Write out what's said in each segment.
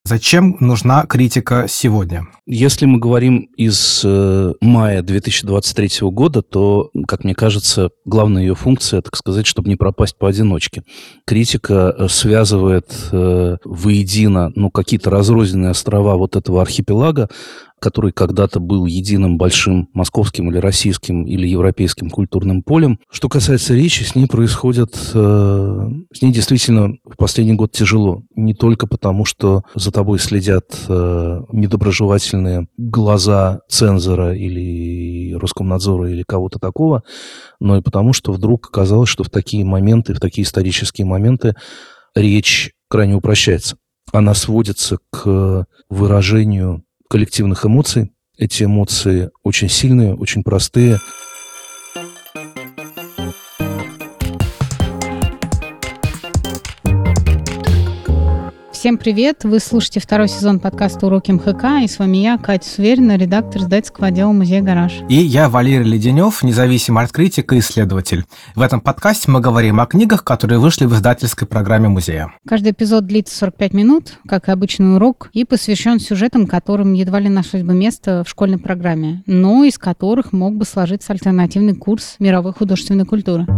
Зачем нужна критика сегодня? Если мы говорим из мая 2023 года, то, как мне кажется, главная ее функция, так сказать, чтобы не пропасть поодиночке. Критика связывает воедино какие-то разрозненные острова вот этого архипелага, который когда-то был единым большим московским или российским или европейским культурным полем. Что касается речи, с ней действительно в последний год тяжело. Не только потому, что за тобой следят недоброжелательные глаза цензора или Роскомнадзора или кого-то такого, но и потому, что вдруг оказалось, что в такие моменты, в такие исторические моменты речь крайне упрощается. Она сводится к выражению коллективных эмоций. Эти эмоции очень сильные, очень простые. Всем привет! Вы слушаете второй сезон подкаста «Уроки МХК», и с вами я, Катя Суверина, редактор издательского отдела музея «Гараж». И я, Валерий Леденев, независимый арт-критик и исследователь. В этом подкасте мы говорим о книгах, которые вышли в издательской программе музея. Каждый эпизод длится 45 минут, как и обычный урок, и посвящен сюжетам, которым едва ли нашлось бы место в школьной программе, но из которых мог бы сложиться альтернативный курс мировой художественной культуры.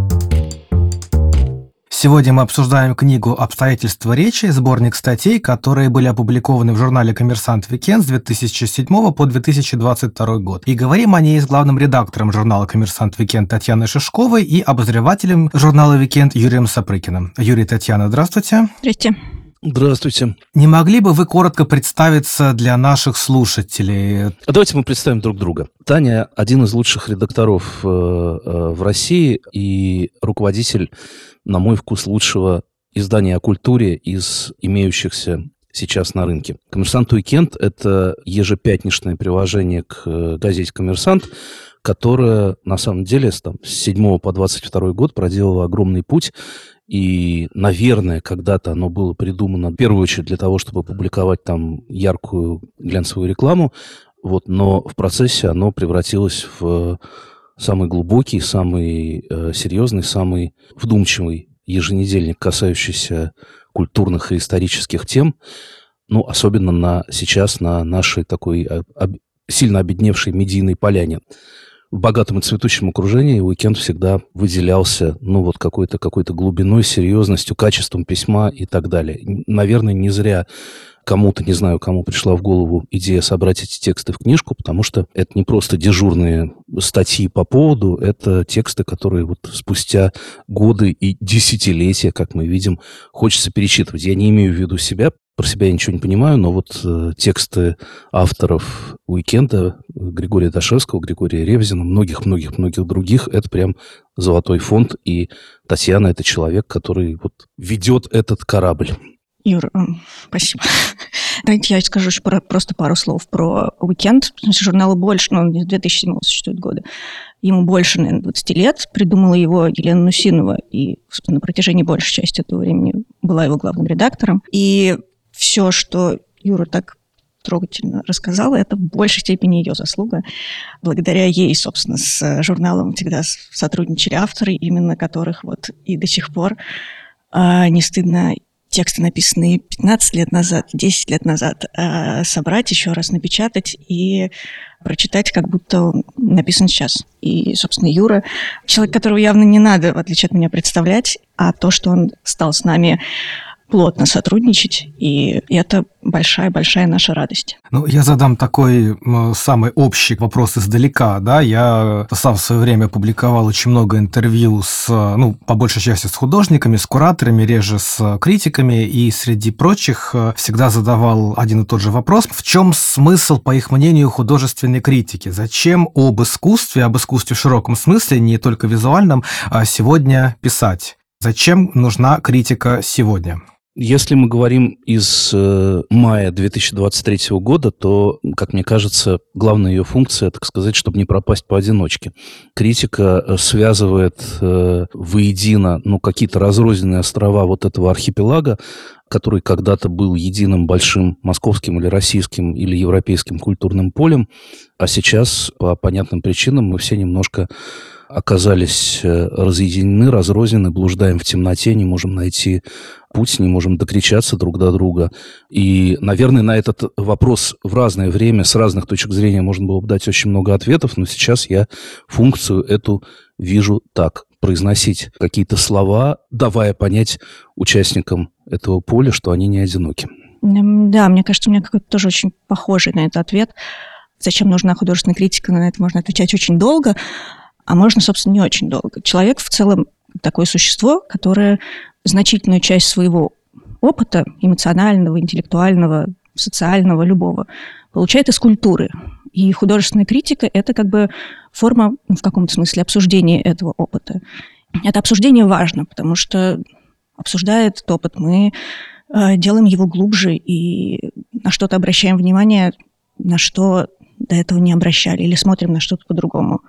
Сегодня мы обсуждаем книгу «Обстоятельства речи», сборник статей, которые были опубликованы в журнале «Коммерсант Викенд» с 2007 по 2022 год. И говорим о ней с главным редактором журнала «Коммерсант Викенд» Татьяной Шишковой и обозревателем журнала «Викенд» Юрием Сапрыкиным. Юрий, Татьяна, здравствуйте. Здрасте. Здравствуйте. Не могли бы вы коротко представиться для наших слушателей? Давайте мы представим друг друга. Таня – один из лучших редакторов в России и руководитель, на мой вкус, лучшего издания о культуре из имеющихся сейчас на рынке. «Коммерсант Уикенд» – это ежепятничное приложение к газете «Коммерсант», которая, на самом деле, с 7 по 22 год проделала огромный путь. И, наверное, когда-то оно было придумано в первую очередь для того, чтобы публиковать там яркую глянцевую рекламу, но в процессе оно превратилось в самый глубокий, самый серьезный, самый вдумчивый еженедельник, касающийся культурных и исторических тем, особенно сейчас на нашей такой сильно обедневшей медийной поляне. В богатом и цветущем окружении «Уикенд» всегда выделялся, какой-то глубиной, серьезностью, качеством письма и так далее. Наверное, не зря кому-то, не знаю, кому пришла в голову идея собрать эти тексты в книжку, потому что это не просто дежурные статьи по поводу, это тексты, которые спустя годы и десятилетия, как мы видим, хочется перечитывать. Я не имею в виду себя, про себя я ничего не понимаю, но тексты авторов «Уикенда», Григория Дашевского, Григория Ревзина, многих-многих-многих других, это прям золотой фонд, и Татьяна – это человек, который ведет этот корабль. Юр, спасибо. Давайте я скажу еще просто пару слов про «Уикенд». Журналу больше, он с 2007 существует года. Ему больше, наверное, 20 лет. Придумала его Елена Нусинова, и, собственно, на протяжении большей части этого времени была его главным редактором. И все, что Юра так трогательно рассказала, это в большей степени ее заслуга. Благодаря ей, собственно, с журналом всегда сотрудничали авторы, именно которых и до сих пор не стыдно тексты, написанные 15 лет назад, 10 лет назад, собрать еще раз, напечатать и прочитать, как будто он написан сейчас. И, собственно, Юра, человек, которого явно не надо, в отличие от меня, представлять, а то, что он стал с нами плотно сотрудничать, и это большая-большая наша радость. Я задам такой самый общий вопрос издалека, да, я сам в свое время публиковал очень много интервью по большей части с художниками, с кураторами, реже с критиками, и среди прочих всегда задавал один и тот же вопрос: в чем смысл, по их мнению, художественной критики? Зачем об искусстве в широком смысле, не только визуальном, сегодня писать? Зачем нужна критика сегодня? Если мы говорим из мая 2023 года, то, как мне кажется, главная ее функция, так сказать, чтобы не пропасть поодиночке. Критика связывает воедино какие-то разрозненные острова вот этого архипелага, который когда-то был единым большим московским или российским или европейским культурным полем, а сейчас, по понятным причинам, мы все немножко оказались разъединены, разрознены, блуждаем в темноте, не можем найти путь, не можем докричаться друг до друга. И, наверное, на этот вопрос в разное время, с разных точек зрения можно было бы дать очень много ответов, но сейчас я функцию эту вижу так. Произносить какие-то слова, давая понять участникам этого поля, что они не одиноки. Да, мне кажется, у меня какой-то тоже очень похожий на это ответ. Зачем нужна художественная критика? На это можно отвечать очень долго, а можно, собственно, не очень долго. Человек в целом такое существо, которое значительную часть своего опыта, эмоционального, интеллектуального, социального, любого, получает из культуры. И художественная критика – это как бы форма, в каком-то смысле, обсуждения этого опыта. Это обсуждение важно, потому что, обсуждая этот опыт, мы делаем его глубже и на что-то обращаем внимание, на что до этого не обращали, или смотрим на что-то по-другому.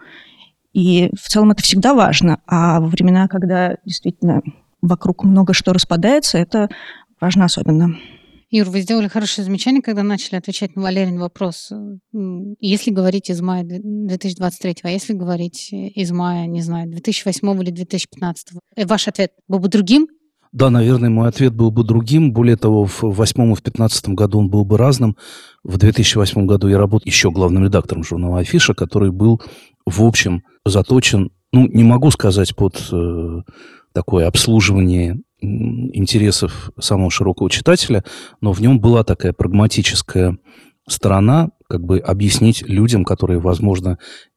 И в целом это всегда важно, а во времена, когда действительно вокруг много что распадается, это важно особенно. Юр, вы сделали хорошее замечание, когда начали отвечать на Валерин вопрос. Если говорить из мая 2023, а если говорить из мая, не знаю, 2008 или 2015, ваш ответ был бы другим? Да, наверное, мой ответ был бы другим. Более того, в 2008 и в 2015 году он был бы разным. В 2008 году я работал еще главным редактором журнала «Афиша», который был, в общем, заточен, не могу сказать под такое обслуживание интересов самого широкого читателя, но в нем была такая прагматическая сторона, как бы объяснить людям, которые, возможно,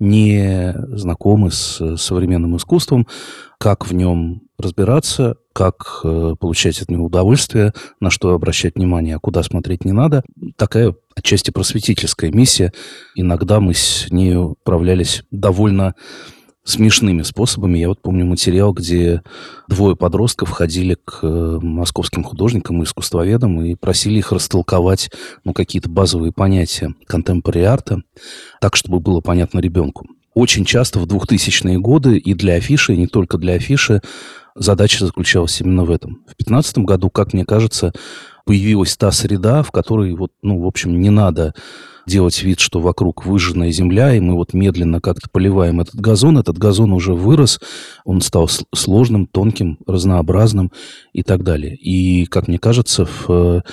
не знакомы с современным искусством, как в нем разбираться, как получать от него удовольствие, на что обращать внимание, а куда смотреть не надо. Такая отчасти просветительская миссия. Иногда мы с нею управлялись довольно смешными способами. Я помню материал, где двое подростков ходили к московским художникам и искусствоведам и просили их растолковать какие-то базовые понятия контемпорари-арта, так, чтобы было понятно ребенку. Очень часто в 2000-е годы и для Афиши, и не только для Афиши, задача заключалась именно в этом. В 2015 году, как мне кажется, появилась та среда, в которой, в общем, не надо делать вид, что вокруг выжженная земля, и мы медленно как-то поливаем этот газон. Этот газон уже вырос, он стал сложным, тонким, разнообразным и так далее. И, как мне кажется, в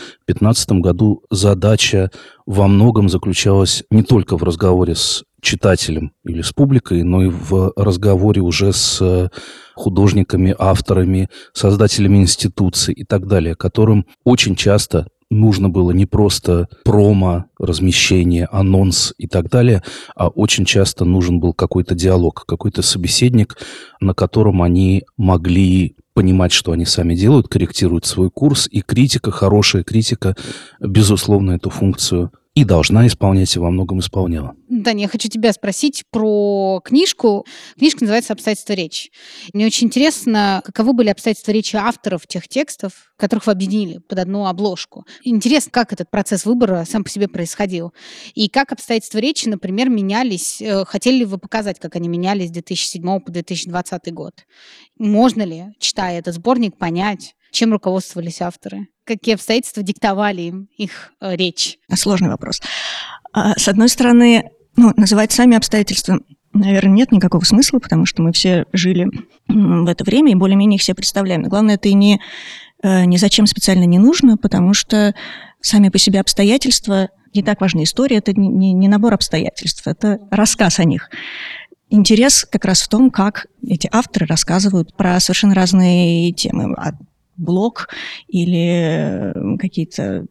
2015 году задача во многом заключалась не только в разговоре с читателем или с публикой, но и в разговоре уже с художниками, авторами, создателями институций и так далее, которым очень часто нужно было не просто промо, размещение, анонс и так далее, а очень часто нужен был какой-то диалог, какой-то собеседник, на котором они могли понимать, что они сами делают, корректируют свой курс, и критика, хорошая критика, безусловно, эту функцию и должна исполнять, и во многом исполняла. Таня, я хочу тебя спросить про книжку. Книжка называется «Обстоятельства речи». Мне очень интересно, каковы были обстоятельства речи авторов тех текстов, которых вы объединили под одну обложку. Интересно, как этот процесс выбора сам по себе происходил. И как обстоятельства речи, например, менялись. Хотели ли вы показать, как они менялись с 2007 по 2020 год? Можно ли, читая этот сборник, понять, чем руководствовались авторы? Какие обстоятельства диктовали им их речь? Сложный вопрос. С одной стороны, называть сами обстоятельства, наверное, нет никакого смысла, потому что мы все жили в это время и более-менее их все представляем. Но главное, это и ни зачем специально не нужно, потому что сами по себе обстоятельства не так важны. История – это не набор обстоятельств, это рассказ о них. Интерес как раз в том, как эти авторы рассказывают про совершенно разные темы. Блог или какие-то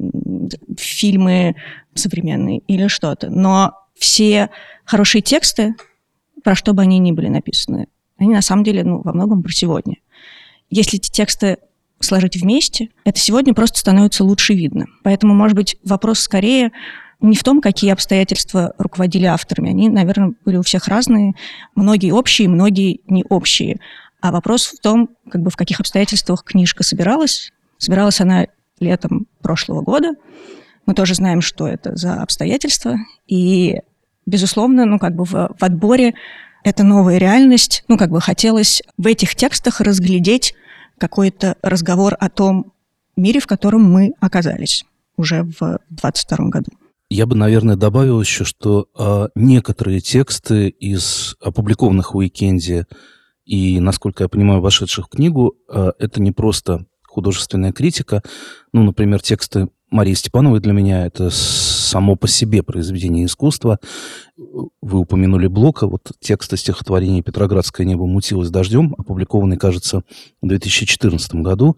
фильмы современные или что-то. Но все хорошие тексты, про что бы они ни были написаны, они на самом деле во многом про сегодня. Если эти тексты сложить вместе, это сегодня просто становится лучше видно. Поэтому, может быть, вопрос скорее не в том, какие обстоятельства руководили авторами. Они, наверное, были у всех разные. Многие общие, многие не общие. А вопрос в том, в каких обстоятельствах книжка собиралась. Собиралась она летом прошлого года. Мы тоже знаем, что это за обстоятельства. И, безусловно, в отборе это новая реальность. Хотелось в этих текстах разглядеть какой-то разговор о том мире, в котором мы оказались уже в 2022 году. Я бы, наверное, добавил еще, что некоторые тексты из опубликованных в «Уикенде» и, насколько я понимаю, вошедших в книгу, это не просто художественная критика. Ну, например, тексты Марии Степановой для меня – это само по себе произведение искусства. Вы упомянули Блока. Вот текст стихотворения «Петроградское небо мутилось дождем», опубликованный, кажется, в 2014 году.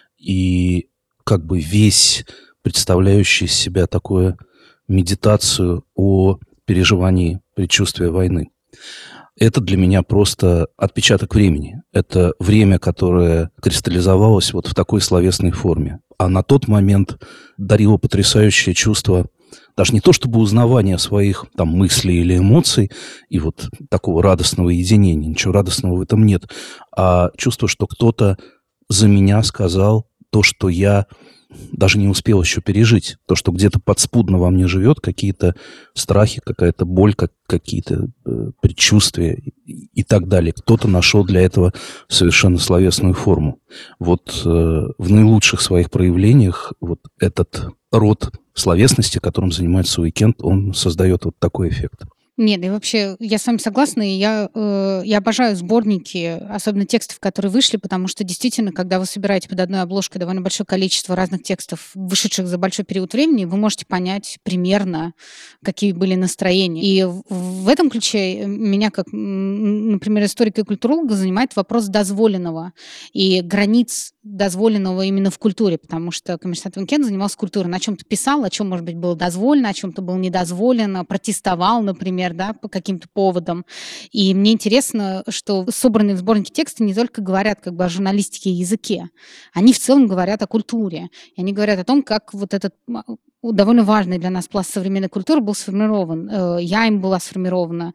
И как бы весь представляющий из себя такую медитацию о переживании предчувствия войны. Это для меня просто отпечаток времени. Это время, которое кристаллизовалось вот в такой словесной форме. А на тот момент дарило потрясающее чувство, даже не то чтобы узнавания своих там мыслей или эмоций, и вот такого радостного единения, ничего радостного в этом нет, а чувство, что кто-то за меня сказал то, что я даже не успел еще пережить. То, что где-то подспудно во мне живет, какие-то страхи, какая-то боль, какие-то предчувствия и так далее. Кто-то нашел для этого совершенно словесную форму. Вот в наилучших своих проявлениях вот этот род словесности, которым занимается «Уикенд», он создает вот такой эффект. Нет, и вообще, я с вами согласна, и я обожаю сборники, особенно текстов, которые вышли, потому что действительно, когда вы собираете под одной обложкой довольно большое количество разных текстов, вышедших за большой период времени, вы можете понять примерно, какие были настроения. И в этом ключе меня, как, например, историка и культуролога, занимает вопрос дозволенного и границ дозволенного именно в культуре, потому что коммерсант Уикенд занимался культурой, на чем-то писал, о чем, может быть, было дозволено, о чем-то было недозволено, протестовал, например, да, по каким-то поводам. И мне интересно, что собранные в сборнике тексты не только говорят как бы о журналистике и языке, они в целом говорят о культуре. И они говорят о том, как вот этот довольно важный для нас пласт современной культуры был сформирован. Я им была сформирована.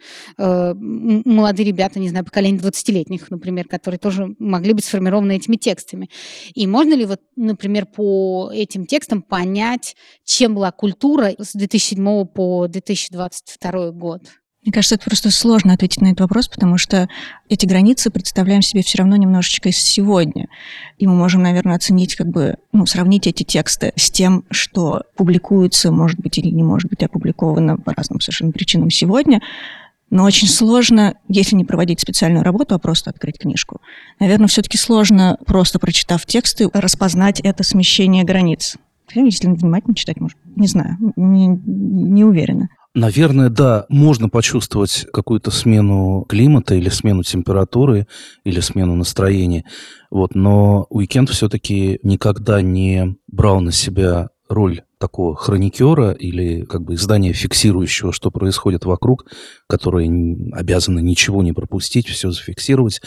Молодые ребята, не знаю, поколение 20-летних, например, которые тоже могли быть сформированы этими текстами. И можно ли вот, например, по этим текстам понять, чем была культура с 2007 по 2022 год? Мне кажется, это просто сложно ответить на этот вопрос, потому что эти границы представляем себе все равно немножечко из сегодня. И мы можем, наверное, оценить, сравнить эти тексты с тем, что публикуется, может быть, или не может быть опубликовано по разным совершенно причинам сегодня. Но очень сложно, если не проводить специальную работу, а просто открыть книжку. Наверное, все-таки сложно, просто прочитав тексты, распознать это смещение границ. Если внимательно читать, может, не знаю, не уверена. Наверное, да, можно почувствовать какую-то смену климата или смену температуры, или смену настроения. Вот, но «Уикенд» все-таки никогда не брал на себя роль такого хроникера или как бы издания, фиксирующего, что происходит вокруг, которое обязано ничего не пропустить, все зафиксировать.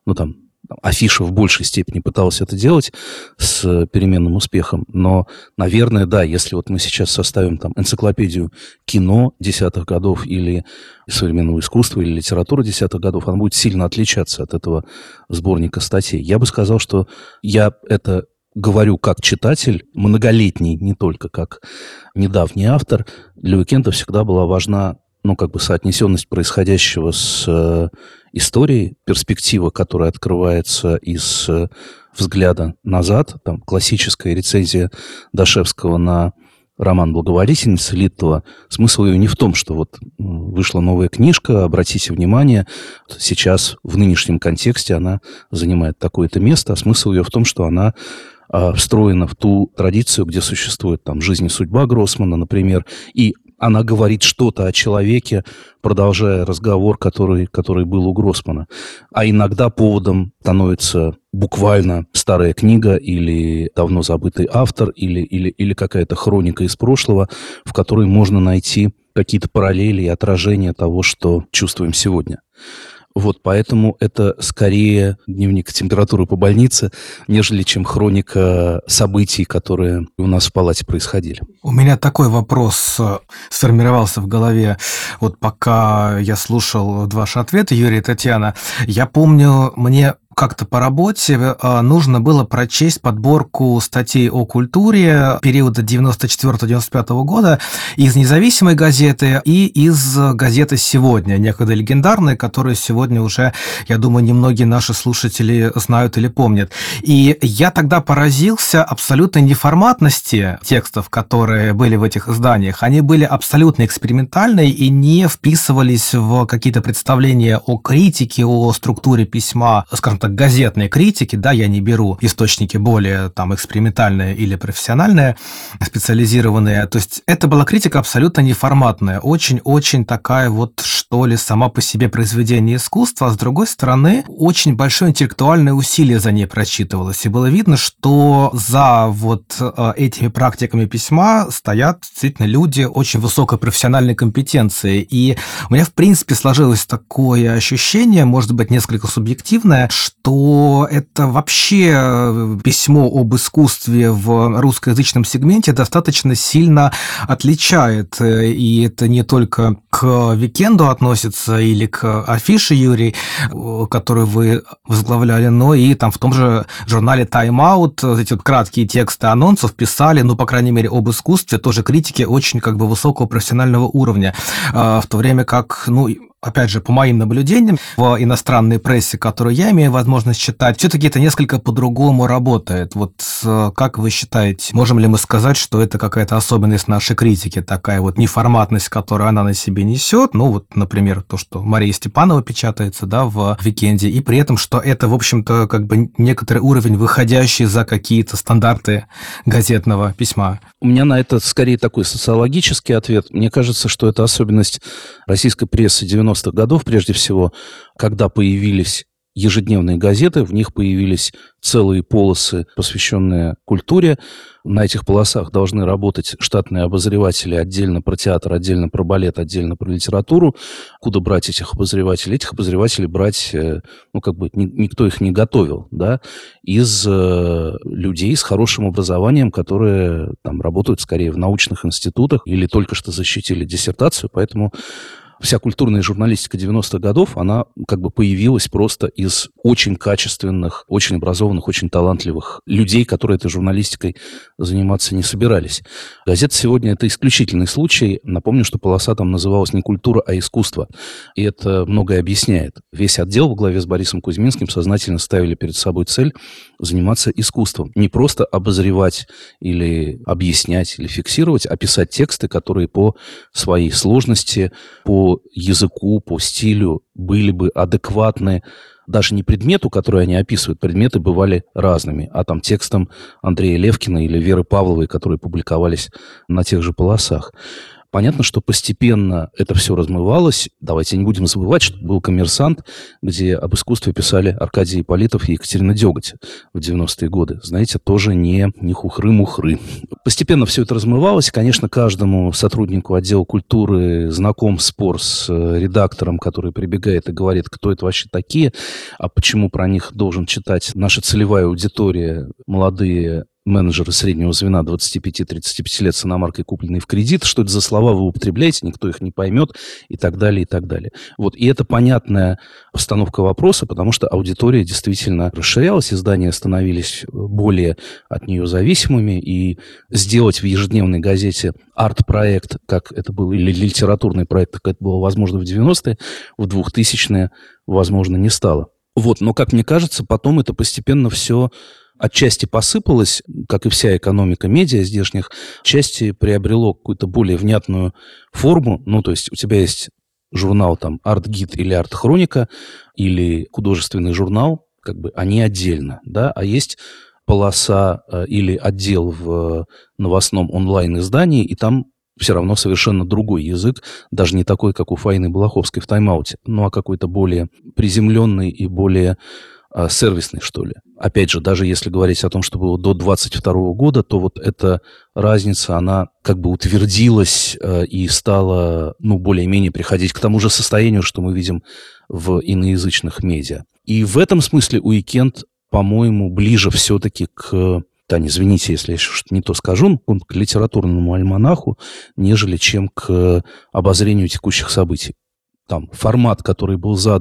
Афиша в большей степени пыталась это делать с переменным успехом, но, наверное, да, если вот мы сейчас составим энциклопедию кино десятых годов или современного искусства, или литературы десятых годов, она будет сильно отличаться от этого сборника статей. Я бы сказал, что я это говорю как читатель, многолетний, не только как недавний автор. Для «Уикенда» всегда была важна соотнесенность происходящего с историей, перспектива, которая открывается из взгляда назад, классическая рецензия Дашевского на роман «Благоволительница» Литтова. Смысл ее не в том, что вышла новая книжка, обратите внимание, сейчас в нынешнем контексте она занимает такое-то место, а смысл ее в том, что она встроена в ту традицию, где существует жизнь и судьба Гроссмана, например, и она говорит что-то о человеке, продолжая разговор, который был у Гроссмана. А иногда поводом становится буквально старая книга или давно забытый автор, или какая-то хроника из прошлого, в которой можно найти какие-то параллели и отражения того, что чувствуем сегодня. Вот, поэтому это скорее дневник температуры по больнице, нежели чем хроника событий, которые у нас в палате происходили. У меня такой вопрос сформировался в голове, вот пока я слушал ваши ответы, Юрий и Татьяна. Я помню, мне как-то по работе нужно было прочесть подборку статей о культуре периода 94-95 года из независимой газеты и из газеты «Сегодня», некогда легендарной, которую сегодня уже, я думаю, немногие наши слушатели знают или помнят. И я тогда поразился абсолютной неформатности текстов, которые были в этих изданиях. Они были абсолютно экспериментальные и не вписывались в какие-то представления о критике, о структуре письма, скажем так, газетной критики. Да, я не беру источники более там экспериментальные или профессиональные, специализированные. То есть это была критика абсолютно неформатная, очень-очень такая вот, что ли, сама по себе произведение искусства, а с другой стороны, очень большое интеллектуальное усилие за ней прочитывалось. И было видно, что за вот этими практиками письма стоят действительно люди очень высокой профессиональной компетенции. И у меня, в принципе, сложилось такое ощущение, может быть, несколько субъективное, что это вообще письмо об искусстве в русскоязычном сегменте достаточно сильно отличает. И это не только к Викенду относится или к афише, Юрий, которую вы возглавляли, но и там в том же журнале Time Out эти вот краткие тексты анонсов писали, ну, по крайней мере, об искусстве, тоже критики очень как бы высокого профессионального уровня, в то время как, ну, опять же, по моим наблюдениям, в иностранной прессе, которую я имею возможность читать, все-таки это несколько по-другому работает. Вот как вы считаете, можем ли мы сказать, что это какая-то особенность нашей критики, такая вот неформатность, которую она на себе несет? Ну, вот, например, то, что Мария Степанова печатается, да, в Викенде, и при этом, что это, в общем-то, как бы некоторый уровень, выходящий за какие-то стандарты газетного письма. У меня на это скорее такой социологический ответ. Мне кажется, что это особенность российской прессы 90-х годов, прежде всего, когда появились ежедневные газеты, в них появились целые полосы, посвященные культуре. На этих полосах должны работать штатные обозреватели отдельно про театр, отдельно про балет, отдельно про литературу. Куда брать этих обозревателей? Этих обозревателей брать, ну, как бы никто их не готовил, да, из людей с хорошим образованием, которые там работают скорее в научных институтах или только что защитили диссертацию, поэтому вся культурная журналистика 90-х годов, она как бы появилась просто из очень качественных, очень образованных, очень талантливых людей, которые этой журналистикой заниматься не собирались. Газета «Сегодня» — это исключительный случай. Напомню, что полоса там называлась не «Культура», а «Искусство». И это многое объясняет. Весь отдел во главе с Борисом Кузьминским сознательно ставили перед собой цель заниматься искусством. Не просто обозревать или объяснять, или фиксировать, а писать тексты, которые по своей сложности, по языку, по стилю были бы адекватны даже не предмету, который они описывают. Предметы бывали разными, а там текстом Андрея Левкина или Веры Павловой, которые публиковались на тех же полосах. Понятно, что постепенно это все размывалось. Давайте не будем забывать, что был «Коммерсант», где об искусстве писали Аркадий Ипполитов и Екатерина Дёготь в 90-е годы. Знаете, тоже не хухры-мухры. Постепенно все это размывалось. Конечно, каждому сотруднику отдела культуры знаком спор с редактором, который прибегает и говорит, кто это вообще такие, а почему про них должен читать наша целевая аудитория, молодые менеджеры среднего звена 25-35 лет с иномаркой, купленной в кредит, что это за слова вы употребляете, никто их не поймет и так далее, и так далее. Вот. И это понятная постановка вопроса, потому что аудитория действительно расширялась, издания становились более от нее зависимыми, и сделать в ежедневной газете арт-проект, как это был, или литературный проект, как это было возможно в 90-е, в 2000-е, возможно, не стало. Вот. Но, как мне кажется, потом это постепенно все отчасти посыпалось, как и вся экономика медиа здешних, отчасти приобрело какую-то более внятную форму. Ну, то есть у тебя есть журнал там «Арт-гид» или «Арт-хроника», или художественный журнал, как бы они отдельно, да, а есть полоса или отдел в новостном онлайн-издании, и там все равно совершенно другой язык, даже не такой, как у Фаины Балаховской в «Тайм-ауте», ну, а какой-то более приземленный и более сервисный, что ли. Опять же, даже если говорить о том, что было до 22 года, то вот эта разница, она как бы утвердилась и стала, ну, более-менее приходить к тому же состоянию, что мы видим в иноязычных медиа. И в этом смысле уикенд, по-моему, ближе все-таки к... Таня, извините, если я что-то не то скажу, к литературному альманаху, нежели чем к обозрению текущих событий. Там формат, который был задан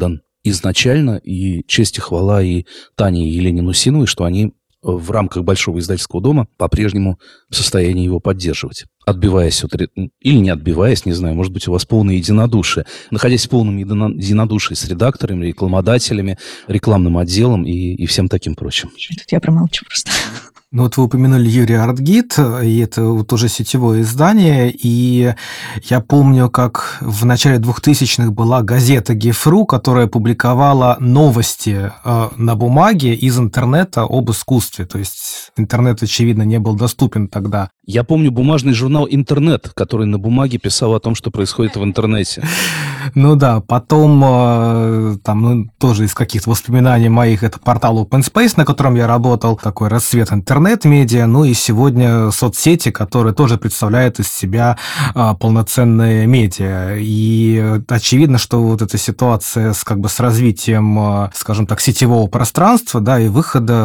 изначально, и честь и хвала и Тане, и Елене Нусиновой, что они в рамках Большого издательского дома по-прежнему в состоянии его поддерживать. Отбиваясь от... Или не отбиваясь, не знаю, может быть, у вас полное единодушие. Находясь в полном единодушии с редакторами, рекламодателями, рекламным отделом и всем таким прочим. Тут я промолчу просто. Ну вот вы упомянули Юрий Артгид, и это вот уже сетевое издание, и я помню, как в начале 2000-х была газета «Гефру», которая публиковала новости на бумаге из интернета об искусстве, то есть интернет, очевидно, не был доступен тогда. Я помню бумажный журнал «Интернет», который на бумаге писал о том, что происходит в интернете. Ну да, потом там, тоже из каких-то воспоминаний моих, это портал OpenSpace, на котором я работал, такой расцвет интернет-медиа, ну и сегодня соцсети, которые тоже представляют из себя полноценные медиа. И очевидно, что вот эта ситуация с развитием, скажем так, сетевого пространства, да, и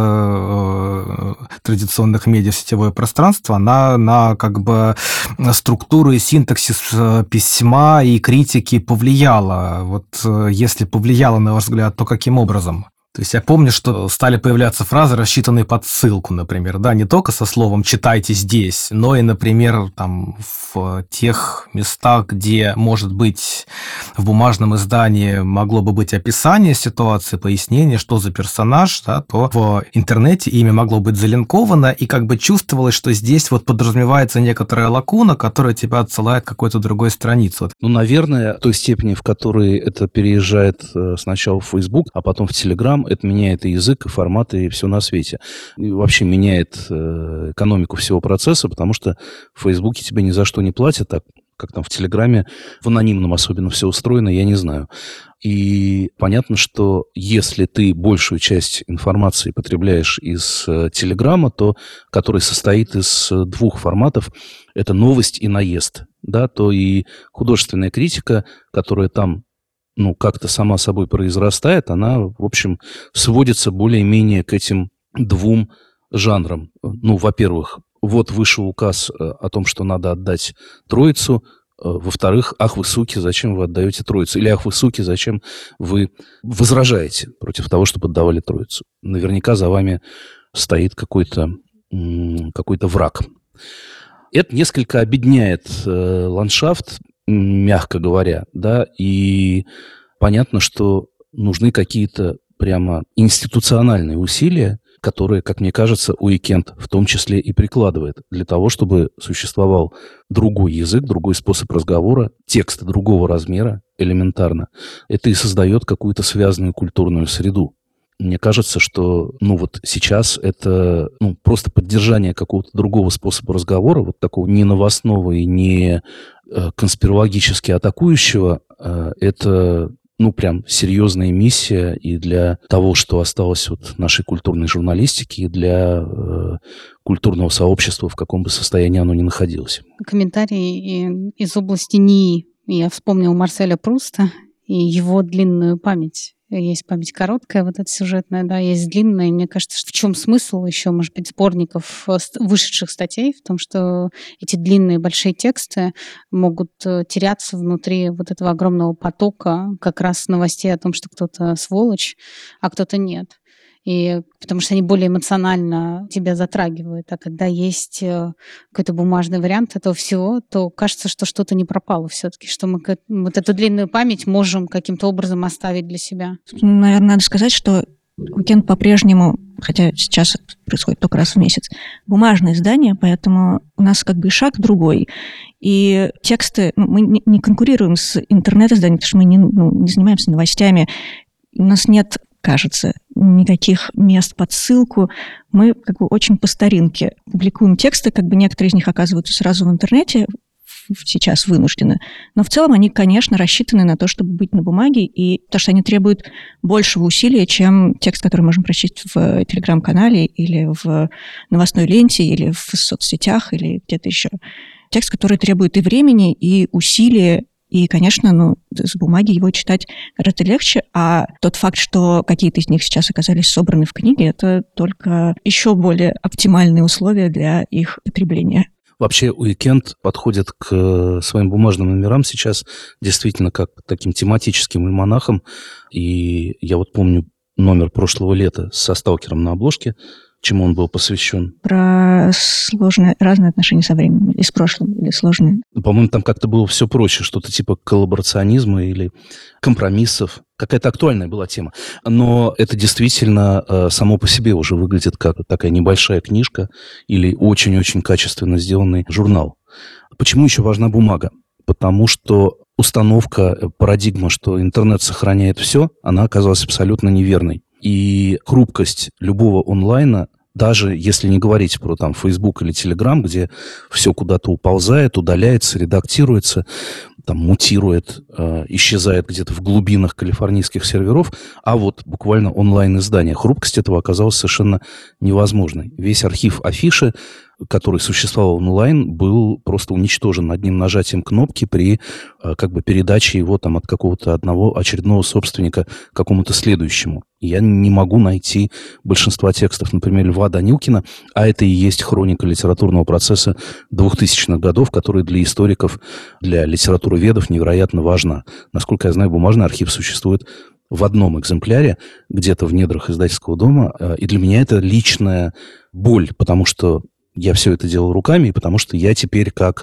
выхода традиционных медиа в сетевое пространство, она на структуру и синтаксис письма и критики повлияла. Вот если повлияла, на ваш взгляд, то каким образом? То есть я помню, что стали появляться фразы, рассчитанные под ссылку, например, да, не только со словом «читайте здесь», но и, например, там в тех местах, где, может быть, в бумажном издании могло бы быть описание ситуации, пояснение, что за персонаж, да, то в интернете имя могло быть залинковано, и чувствовалось, что здесь вот подразумевается некоторая лакуна, которая тебя отсылает к какой-то другой странице. Ну, наверное, в той степени, в которой это переезжает сначала в Facebook, а потом в Telegram, это меняет и язык, и форматы, и все на свете. И вообще меняет экономику всего процесса, потому что в Фейсбуке тебе ни за что не платят, так как там в Телеграме, в анонимном особенно все устроено, я не знаю. И понятно, что если ты большую часть информации потребляешь из Телеграма, который состоит из двух форматов, это новость и наезд, да, то и художественная критика, которая там как-то сама собой произрастает, она, в общем, сводится более-менее к этим двум жанрам. Во-первых, вот вышел указ о том, что надо отдать Троицу. Во-вторых, ах вы суки, зачем вы отдаете Троицу? Или ах вы суки, зачем вы возражаете против того, чтобы отдавали Троицу? Наверняка за вами стоит какой-то враг. Это несколько обедняет ландшафт, мягко говоря, да, и понятно, что нужны какие-то прямо институциональные усилия, которые, как мне кажется, Уикенд в том числе и прикладывает для того, чтобы существовал другой язык, другой способ разговора, тексты другого размера элементарно. Это и создает какую-то связанную культурную среду. Мне кажется, что сейчас это просто поддержание какого-то другого способа разговора, вот такого не новостного и не конспирологически атакующего, это прям серьезная миссия и для того, что осталось от нашей культурной журналистики, и для культурного сообщества, в каком бы состоянии оно ни находилось. Комментарий из области НИИ. Я вспомнил Марселя Пруста и его длинную память. Есть память короткая, вот эта сюжетная, да, есть длинная. И мне кажется, что в чем смысл еще, может быть, сборников вышедших статей, в том, что эти длинные большие тексты могут теряться внутри вот этого огромного потока как раз новостей о том, что кто-то сволочь, а кто-то нет. И потому что они более эмоционально тебя затрагивают. А когда есть какой-то бумажный вариант этого всего, то кажется, что что-то не пропало все-таки, что мы вот эту длинную память можем каким-то образом оставить для себя. Наверное, надо сказать, что Уикенд по-прежнему, хотя сейчас это происходит только раз в месяц, бумажное издание, поэтому у нас шаг другой. И тексты, мы не конкурируем с интернет-изданием, потому что мы не занимаемся новостями. У нас нет, кажется, никаких мест под ссылку. Мы очень по старинке публикуем тексты, некоторые из них оказываются сразу в интернете, сейчас вынуждены. Но в целом они, конечно, рассчитаны на то, чтобы быть на бумаге, и потому что они требуют большего усилия, чем текст, который можно прочесть в Телеграм-канале или в новостной ленте, или в соцсетях, или где-то еще. Текст, который требует и времени, и усилия, и, конечно, с бумаги его читать гораздо легче, а тот факт, что какие-то из них сейчас оказались собраны в книге, это только еще более оптимальные условия для их потребления. Вообще, Уикенд подходит к своим бумажным номерам сейчас действительно как к таким тематическим альманахам. И я вот помню номер прошлого лета со «Сталкером» на обложке, чему он был посвящен. Про сложные, разные отношения со временем, или с прошлым, или сложные. По-моему, там как-то было все проще, что-то типа коллаборационизма или компромиссов. Какая-то актуальная была тема. Но это действительно само по себе уже выглядит как такая небольшая книжка или очень-очень качественно сделанный журнал. Почему еще важна бумага? Потому что установка, парадигма, что интернет сохраняет все, она оказалась абсолютно неверной. И хрупкость любого онлайна, даже если не говорить про там Facebook или Telegram, где все куда-то уползает, удаляется, редактируется, там мутирует, исчезает где-то в глубинах калифорнийских серверов, а вот буквально онлайн-издание. Хрупкость этого оказалась совершенно невозможной. Весь архив афиши, который существовал онлайн, был просто уничтожен одним нажатием кнопки при как бы передаче его там от какого-то одного очередного собственника к какому-то следующему. И я не могу найти большинства текстов, например, Льва Данилкина, а это и есть хроника литературного процесса 2000-х годов, которая для историков, для литературоведов невероятно важна. Насколько я знаю, бумажный архив существует в одном экземпляре, где-то в недрах издательского дома, и для меня это личная боль, потому что я все это делал руками, потому что я теперь как,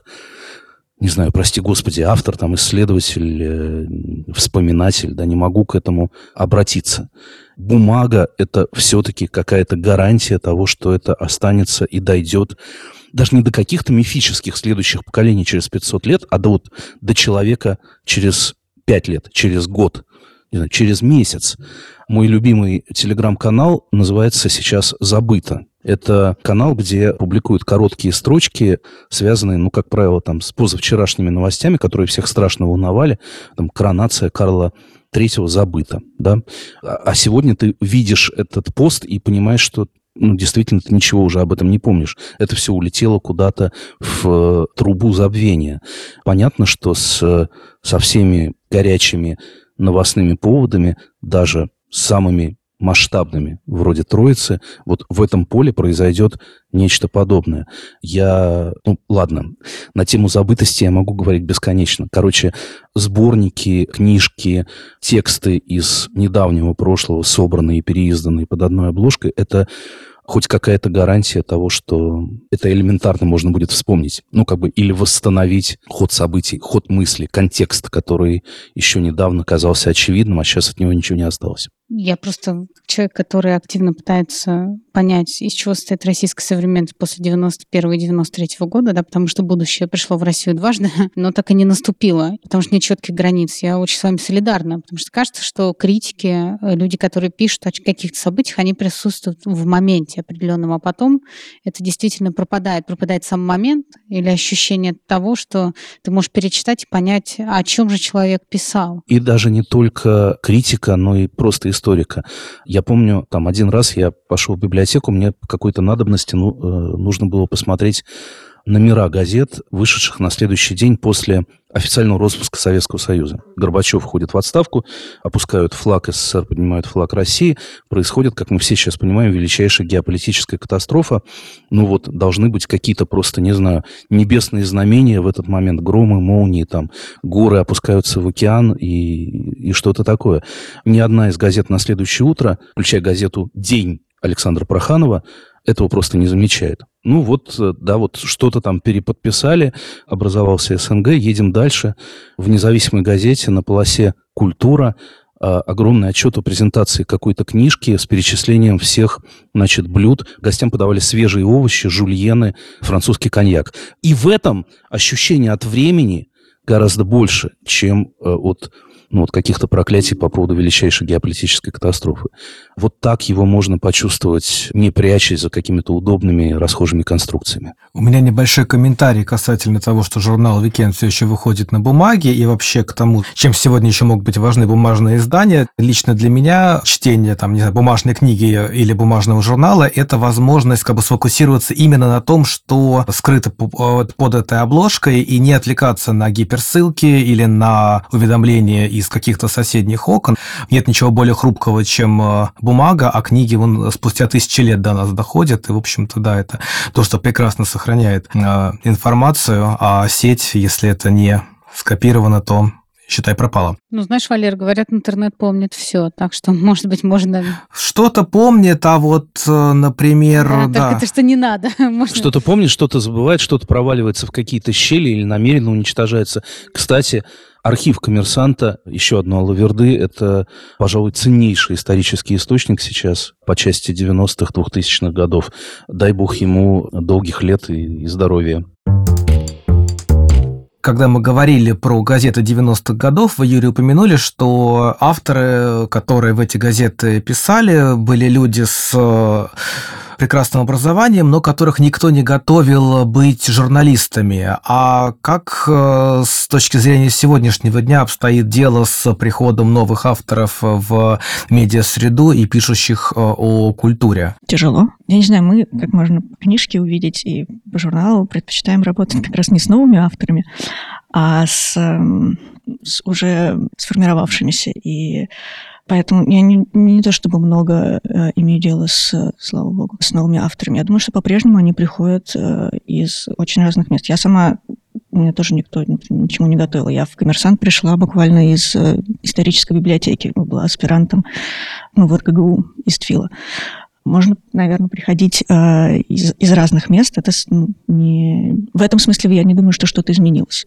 не знаю, прости господи, автор, там, исследователь, вспоминатель, да, не могу к этому обратиться. Бумага – это все-таки какая-то гарантия того, что это останется и дойдет даже не до каких-то мифических следующих поколений через 500 лет, а до человека через 5 лет, через год, не знаю, через месяц. Мой любимый телеграм-канал называется сейчас «Забыто». Это канал, где публикуют короткие строчки, связанные, ну, как правило, там, с позавчерашними новостями, которые всех страшно волновали. Там, коронация Карла III забыта, да. А сегодня ты видишь этот пост и понимаешь, что действительно ты ничего уже об этом не помнишь. Это все улетело куда-то в трубу забвения. Понятно, что со всеми горячими новостными поводами, даже самыми масштабными, вроде Троицы, вот в этом поле произойдет нечто подобное. Ладно, на тему забытости я могу говорить бесконечно. Короче, сборники, книжки, тексты из недавнего прошлого, собранные и переизданные под одной обложкой, это хоть какая-то гарантия того, что это элементарно можно будет вспомнить. Или восстановить ход событий, ход мысли, контекст, который еще недавно казался очевидным, а сейчас от него ничего не осталось. Я просто человек, который активно пытается понять, из чего состоит российская современность после 91 и 93 года, да, потому что будущее пришло в Россию дважды, но так и не наступило, потому что нет четких границ. Я очень с вами солидарна, потому что кажется, что критики, люди, которые пишут о каких-то событиях, они присутствуют в моменте определенном, а потом это действительно пропадает сам момент или ощущение того, что ты можешь перечитать и понять, о чем же человек писал. И даже не только критика, но и просто историка. Я помню, там один раз я пошел в библиотеку, мне по какой-то надобности нужно было посмотреть номера газет, вышедших на следующий день после официального распуска Советского Союза. Горбачев уходит в отставку, опускают флаг СССР, поднимают флаг России. Происходит, как мы все сейчас понимаем, величайшая геополитическая катастрофа. Должны быть какие-то просто, не знаю, небесные знамения в этот момент. Громы, молнии, там, горы опускаются в океан и что-то такое. Ни одна из газет на следующее утро, включая газету «День» Александра Проханова, этого просто не замечает. Что-то там переподписали, образовался СНГ, едем дальше. В независимой газете на полосе «Культура» огромный отчет о презентации какой-то книжки с перечислением всех, блюд. Гостям подавали свежие овощи, жульены, французский коньяк. И в этом ощущение от времени гораздо больше, чем от каких-то проклятий по поводу величайшей геополитической катастрофы. Вот так его можно почувствовать, не прячась за какими-то удобными расхожими конструкциями. У меня небольшой комментарий касательно того, что журнал «Уикенд» все еще выходит на бумаге, и вообще к тому, чем сегодня еще могут быть важны бумажные издания. Лично для меня чтение, бумажной книги или бумажного журнала – это возможность сфокусироваться именно на том, что скрыто под этой обложкой, и не отвлекаться на гиперссылки или на уведомления из из каких-то соседних окон. Нет ничего более хрупкого, чем бумага, а книги вон спустя тысячи лет до нас доходят. И, в общем-то, да, это то, что прекрасно сохраняет информацию, а сеть, если это не скопировано, то, считай, пропала. Ну, знаешь, Валер, говорят, интернет помнит все, так что, может быть, можно... Что-то помнит, а вот, например... Да. Так это что не надо. Можно... Что-то помнит, что-то забывает, что-то проваливается в какие-то щели или намеренно уничтожается. Кстати, архив «Коммерсанта», еще одно Алаверды, это, пожалуй, ценнейший исторический источник сейчас по части 90-х, 2000-х годов. Дай бог ему долгих лет и здоровья. Когда мы говорили про газеты 90-х годов, вы, Юрий, упомянули, что авторы, которые в эти газеты писали, были люди с прекрасным образованием, но которых никто не готовил быть журналистами. А как с точки зрения сегодняшнего дня обстоит дело с приходом новых авторов в медиасреду и пишущих о культуре? Тяжело. Я не знаю, мы, как можно по книжке увидеть и по журналу, предпочитаем работать как раз не с новыми авторами, а с уже сформировавшимися. И поэтому я не то чтобы много имею дело слава богу, с новыми авторами. Я думаю, что по-прежнему они приходят из очень разных мест. Я сама, меня тоже никто ничему не готовил. Я в «Коммерсант» пришла буквально из исторической библиотеки. Была аспирантом в РГГУ из ТФИЛа. Можно, наверное, приходить из разных мест. Это в этом смысле я не думаю, что что-то изменилось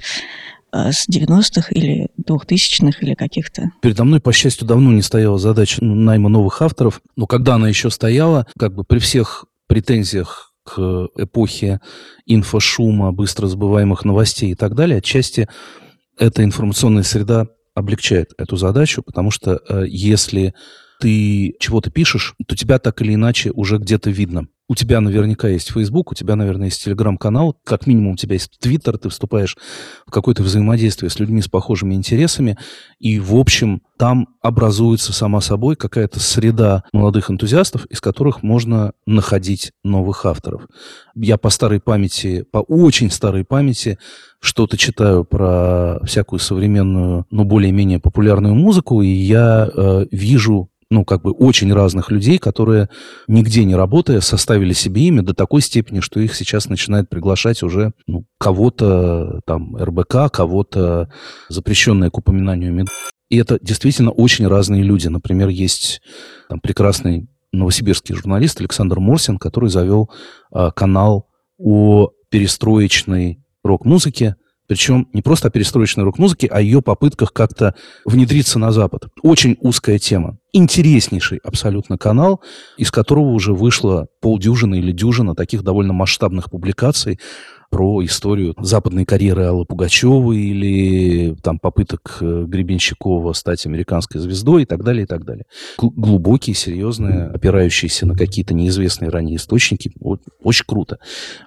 с 90-х или 2000-х или каких-то. Передо мной, по счастью, давно не стояла задача найма новых авторов, но когда она еще стояла, как бы при всех претензиях к эпохе инфошума, быстро забываемых новостей и так далее, отчасти эта информационная среда облегчает эту задачу, потому что если ты чего-то пишешь, то тебя так или иначе уже где-то видно. У тебя наверняка есть Facebook, у тебя, наверное, есть Telegram-канал, как минимум у тебя есть Twitter, ты вступаешь в какое-то взаимодействие с людьми с похожими интересами, и, в общем, там образуется сама собой какая-то среда молодых энтузиастов, из которых можно находить новых авторов. Я по старой памяти, по очень старой памяти, что-то читаю про всякую современную, но более-менее популярную музыку, и я вижу очень разных людей, которые, нигде не работая, составили себе имя до такой степени, что их сейчас начинает приглашать уже кого-то там РБК, кого-то запрещенное к упоминанию МИД. И это действительно очень разные люди. Например, есть там прекрасный новосибирский журналист Александр Морсин, который завел канал о перестроечной рок-музыке, причем не просто о перестроечной рок-музыке, а о ее попытках как-то внедриться на Запад. Очень узкая тема. Интереснейший абсолютно канал, из которого уже вышло полдюжины или дюжина таких довольно масштабных публикаций про историю западной карьеры Аллы Пугачевой или там попыток Гребенщикова стать американской звездой и так далее, и так далее. Глубокие, серьезные, опирающиеся на какие-то неизвестные ранее источники. Очень круто.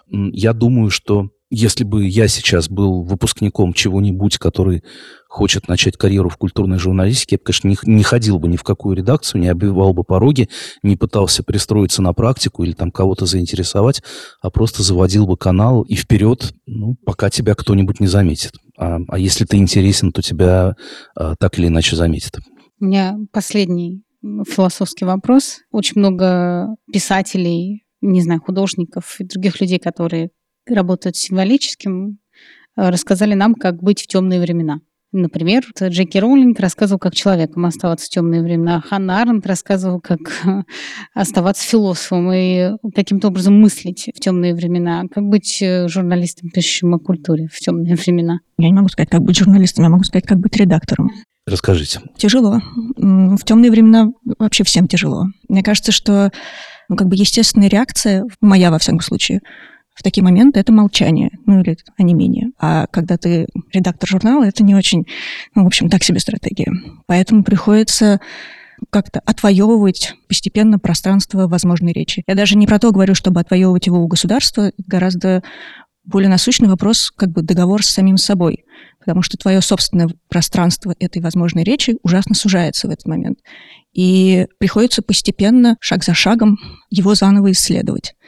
Я думаю, что если бы я сейчас был выпускником чего-нибудь, который хочет начать карьеру в культурной журналистике, я бы, конечно, не ходил бы ни в какую редакцию, не оббивал бы пороги, не пытался пристроиться на практику или там кого-то заинтересовать, а просто заводил бы канал и вперед, пока тебя кто-нибудь не заметит. А если ты интересен, то тебя так или иначе заметят. У меня последний философский вопрос. Очень много писателей, не знаю, художников и других людей, которые работают символическим, рассказали нам, как быть в темные времена. Например, Джеки Роулинг рассказывал, как человеком оставаться в темные времена. Ханна Аренд рассказывал, как оставаться философом и каким-то образом мыслить в темные времена. Как быть журналистом, пишущим о культуре в темные времена? Я не могу сказать, как быть журналистом, я могу сказать, как быть редактором. Расскажите. Тяжело. В темные времена вообще всем тяжело. Мне кажется, что естественная реакция, моя во всяком случае, в такие моменты это молчание, или онемение. А когда ты редактор журнала, это не очень, так себе стратегия. Поэтому приходится как-то отвоевывать постепенно пространство возможной речи. Я даже не про то говорю, чтобы отвоевывать его у государства, это гораздо более насущный вопрос, договор с самим собой. Потому что твое собственное пространство этой возможной речи ужасно сужается в этот момент. И приходится постепенно, шаг за шагом, его заново исследовать.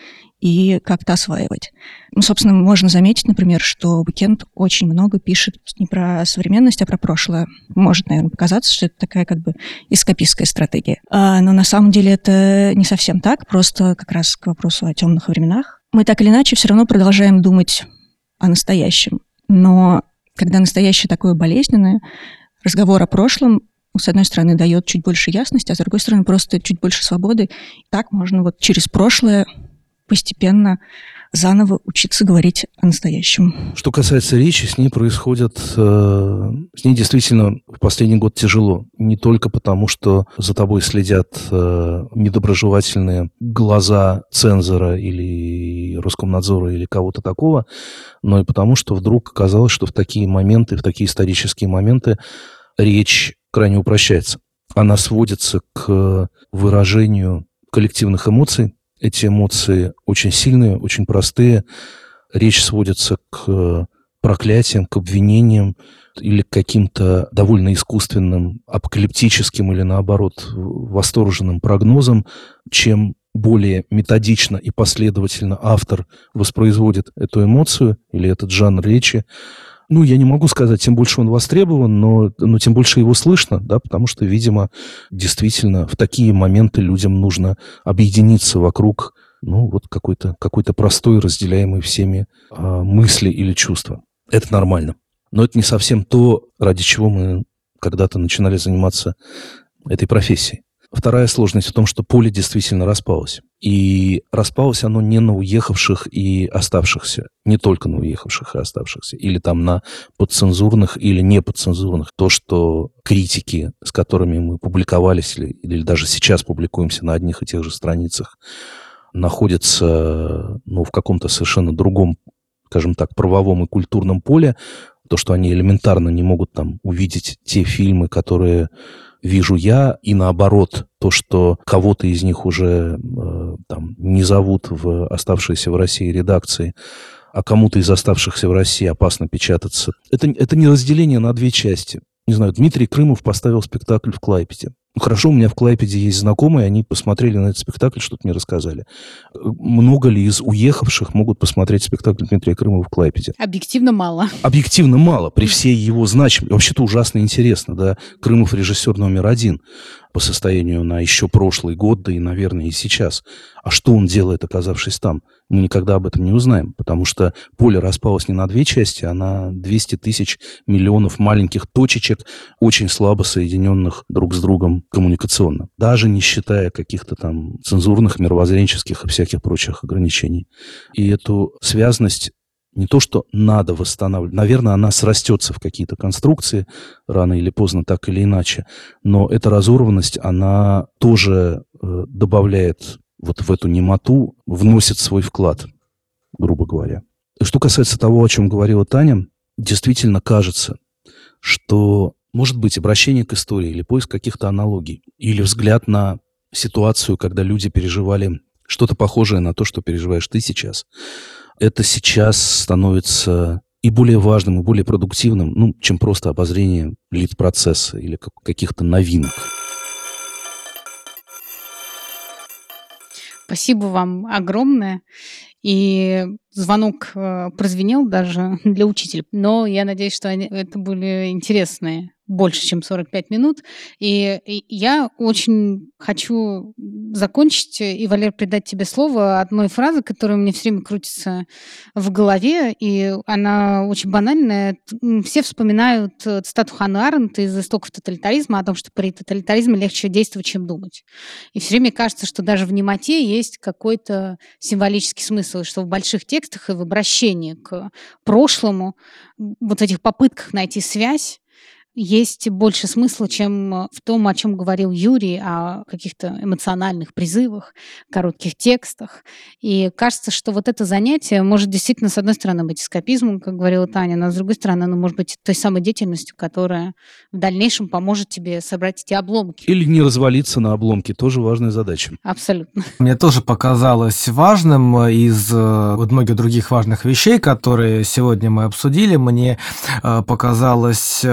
и как-то осваивать. Ну, собственно, можно заметить, например, что Уикенд очень много пишет не про современность, а про прошлое. Может, наверное, показаться, что это такая как бы эскапистская стратегия. Но на самом деле это не совсем так, просто как раз к вопросу о темных временах. Мы так или иначе все равно продолжаем думать о настоящем. Но когда настоящее такое болезненное, разговор о прошлом, с одной стороны, дает чуть больше ясности, а с другой стороны, просто чуть больше свободы. Так можно вот через прошлое постепенно заново учиться говорить о настоящем. Что касается речи, с ней действительно в последний год тяжело. Не только потому, что за тобой следят недоброжелательные глаза цензора или Роскомнадзора или кого-то такого, но и потому, что вдруг оказалось, что в такие моменты, в такие исторические моменты речь крайне упрощается. Она сводится к выражению коллективных эмоций. Эти эмоции очень сильные, очень простые. Речь сводится к проклятиям, к обвинениям или к каким-то довольно искусственным, апокалиптическим или, наоборот, восторженным прогнозам. Чем более методично и последовательно автор воспроизводит эту эмоцию или этот жанр речи, я не могу сказать, тем больше он востребован, но тем больше его слышно, да, потому что, видимо, действительно в такие моменты людям нужно объединиться вокруг, какой-то простой, разделяемой всеми мысли или чувства. Это нормально. Но это не совсем то, ради чего мы когда-то начинали заниматься этой профессией. Вторая сложность в том, что поле действительно распалось. И распалось оно не на уехавших и оставшихся, не только на уехавших и оставшихся, или там на подцензурных или неподцензурных. То, что критики, с которыми мы публиковались или даже сейчас публикуемся на одних и тех же страницах, находятся в каком-то совершенно другом, скажем так, правовом и культурном поле, то, что они элементарно не могут там увидеть те фильмы, которые вижу я, и наоборот, то, что кого-то из них уже не зовут в оставшиеся в России редакции, а кому-то из оставшихся в России опасно печататься. Это не разделение на две части. Не знаю, Дмитрий Крымов поставил спектакль в Клайпеде. Хорошо, у меня в Клайпеде есть знакомые, они посмотрели на этот спектакль, что-то мне рассказали. Много ли из уехавших могут посмотреть спектакль Дмитрия Крымова в Клайпеде? Объективно мало. Объективно мало, при всей его значимости. Вообще-то ужасно интересно, да. Крымов режиссер номер один по состоянию на еще прошлый год, да и, наверное, и сейчас. А что он делает, оказавшись там? Мы никогда об этом не узнаем, потому что поле распалось не на две части, а на 200 тысяч миллионов маленьких точечек, очень слабо соединенных друг с другом коммуникационно, даже не считая каких-то там цензурных, мировоззренческих и всяких прочих ограничений. И эту связность не то, что надо восстанавливать, наверное, она срастется в какие-то конструкции рано или поздно, так или иначе, но эта разорванность, она тоже добавляет вот в эту немоту, вносит свой вклад, грубо говоря. Что касается того, о чем говорила Таня, действительно кажется, что, может быть, обращение к истории или поиск каких-то аналогий, или взгляд на ситуацию, когда люди переживали что-то похожее на то, что переживаешь ты сейчас, это сейчас становится и более важным, и более продуктивным, чем просто обозрение лид-процесса или каких-то новинок. Спасибо вам огромное. И звонок прозвенел даже для учителя. Но я надеюсь, что это были интересные, больше, чем 45 минут. И я очень хочу закончить, и, Валер, передать тебе слово одной фразы, которая у меня все время крутится в голове, и она очень банальная. Все вспоминают цитату Ханны Аренд из «Истоков тоталитаризма» о том, что при тоталитаризме легче действовать, чем думать. И все время кажется, что даже в немоте есть какой-то символический смысл, что в больших текстах и в обращении к прошлому, вот в этих попытках найти связь, есть больше смысла, чем в том, о чем говорил Юрий, о каких-то эмоциональных призывах, коротких текстах. И кажется, что вот это занятие может действительно, с одной стороны, быть эскапизмом, как говорила Таня, но с другой стороны, оно может быть той самой деятельностью, которая в дальнейшем поможет тебе собрать эти обломки. Или не развалиться на обломки, тоже важная задача. Абсолютно. Мне тоже показалось важным из многих других важных вещей, которые сегодня мы обсудили, мне показалось важным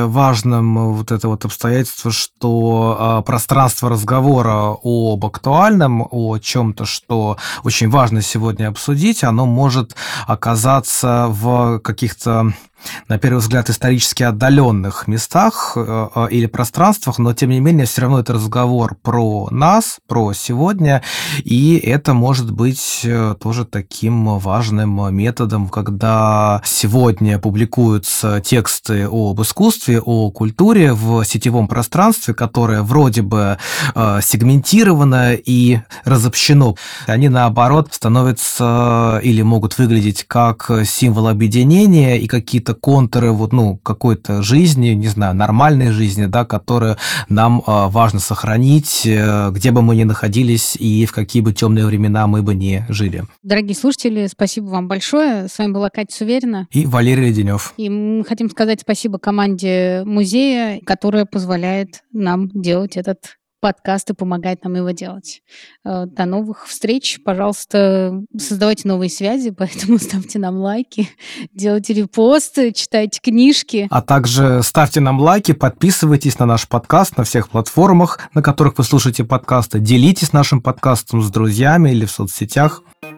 важным вот это вот обстоятельство, что пространство разговора об актуальном, о чем-то, что очень важно сегодня обсудить, оно может оказаться в каких-то, на первый взгляд, исторически отдаленных местах или пространствах, но, тем не менее, все равно это разговор про нас, про сегодня, и это может быть тоже таким важным методом, когда сегодня публикуются тексты об искусстве, о культуре в сетевом пространстве, которое вроде бы сегментировано и разобщено. Они, наоборот, становятся или могут выглядеть как символ объединения и какие-то контуры какой-то жизни, не знаю, нормальной жизни, да, которую нам важно сохранить, где бы мы ни находились и в какие бы темные времена мы бы не жили. Дорогие слушатели, спасибо вам большое. С вами была Катя Суверина и Валерий Леденев. И мы хотим сказать спасибо команде музея, которая позволяет нам делать этот подкаст и помогает нам его делать. До новых встреч. Пожалуйста, создавайте новые связи, поэтому ставьте нам лайки, делайте репосты, читайте книжки. А также ставьте нам лайки, подписывайтесь на наш подкаст на всех платформах, на которых вы слушаете подкасты, делитесь нашим подкастом с друзьями или в соцсетях.